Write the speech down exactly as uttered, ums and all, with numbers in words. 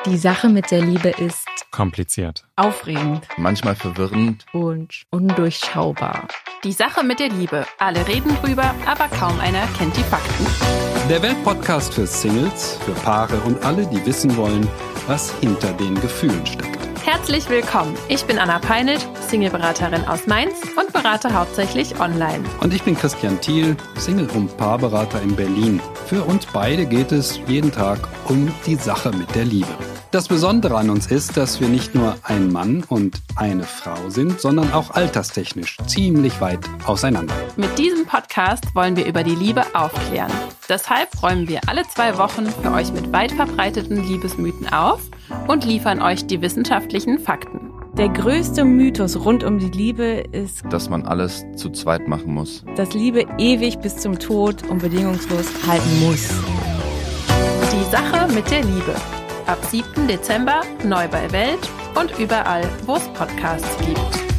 Die Sache mit der Liebe ist kompliziert, aufregend, manchmal verwirrend und undurchschaubar. Die Sache mit der Liebe. Alle reden drüber, aber kaum einer kennt die Fakten. Der Weltpodcast für Singles, für Paare und alle, die wissen wollen, was hinter den Gefühlen steckt. Herzlich willkommen. Ich bin Anna Peinelt, Singleberaterin aus Mainz und berate hauptsächlich online. Und ich bin Christian Thiel, Single- und Paarberater in Berlin. Für uns beide geht es jeden Tag um die Sache mit der Liebe. Das Besondere an uns ist, dass wir nicht nur ein Mann und eine Frau sind, sondern auch alterstechnisch ziemlich weit auseinander. Mit diesem Podcast wollen wir über die Liebe aufklären. Deshalb räumen wir alle zwei Wochen für euch mit weit verbreiteten Liebesmythen auf und liefern euch die wissenschaftlichen Fakten. Der größte Mythos rund um die Liebe ist, dass man alles zu zweit machen muss. dass Liebe ewig bis zum Tod und bedingungslos halten muss. Die Sache mit der Liebe. Ab siebten Dezember neu bei Welt und überall, wo es Podcasts gibt.